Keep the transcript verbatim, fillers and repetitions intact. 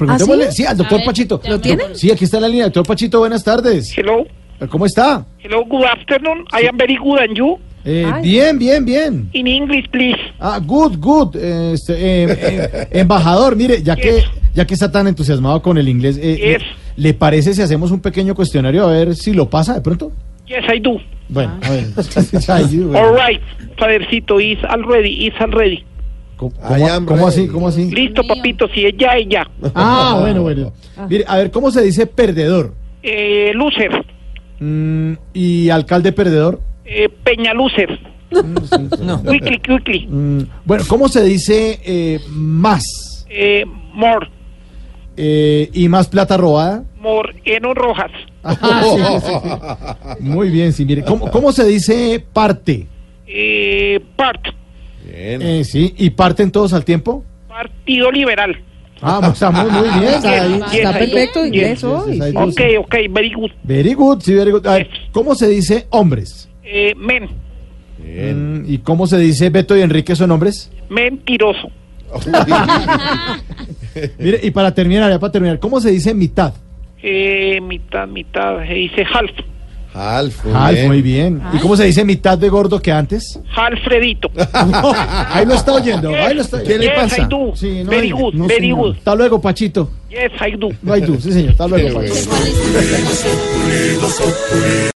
preguntémosle. ¿Ah, sí? Sí, al doctor A ver, Pachito. ¿lo tiene? Sí, aquí está en la línea. Doctor Pachito, buenas tardes. Hello, ¿Cómo está? hello, good afternoon. I am very good and you? Eh, Ay. bien, bien, bien. In English, please. Ah, good, good. Eh, este, eh, eh, embajador, mire, ya que Yes. ya que está tan entusiasmado con el inglés, eh, Yes. ¿le, le parece si hacemos un pequeño cuestionario a ver si lo pasa de pronto? Yes, I do. Bueno, a ver. Ay, bueno. All right, Fadercito, is already, is already. ¿Cómo, I cómo- am cómo así? ready. ¿Cómo así? Listo, papito, si es ya, es ya. Ah, bueno, bueno. Mire, a ver, ¿cómo se dice perdedor? Eh, Lucer, Mm, ¿y alcalde perdedor? eh, Peña Lucer. Quickly, quickly. Mm, bueno, ¿cómo se dice eh, más? Eh, more, Eh, ¿y más plata robada? Moreno Rojas. Ah, sí, sí, sí. Muy bien, sí, mire. ¿Cómo, cómo se dice parte? Eh, Part, Bien. Eh, sí, ¿y parten todos al tiempo? Partido Liberal. Ah, está muy, muy bien. Está ahí. Yes, Está I do. perfecto Yes. inglés hoy. Yes, I sí. do. Ok, ok, very good. Very good, sí, very good. A ver, ¿cómo se dice hombres? Eh, men, Bien. Mm, ¿y cómo se dice Beto y Enrique son hombres? mentiroso. Mire, y para terminar, ya para terminar, ¿cómo se dice mitad? Eh, mitad, mitad, se dice half. Half, muy Half, bien. muy bien. ¿Y cómo se dice mitad de gordo que antes? Alfredito. Ahí lo está oyendo, ahí lo está. ¿Qué le Yes, pasa? I do. Sí, no very hay- good, no, very señor. good. Hasta luego, Pachito. Yes, I do. No hay tú, sí, señor. Hasta luego, Qué Pachito. bueno.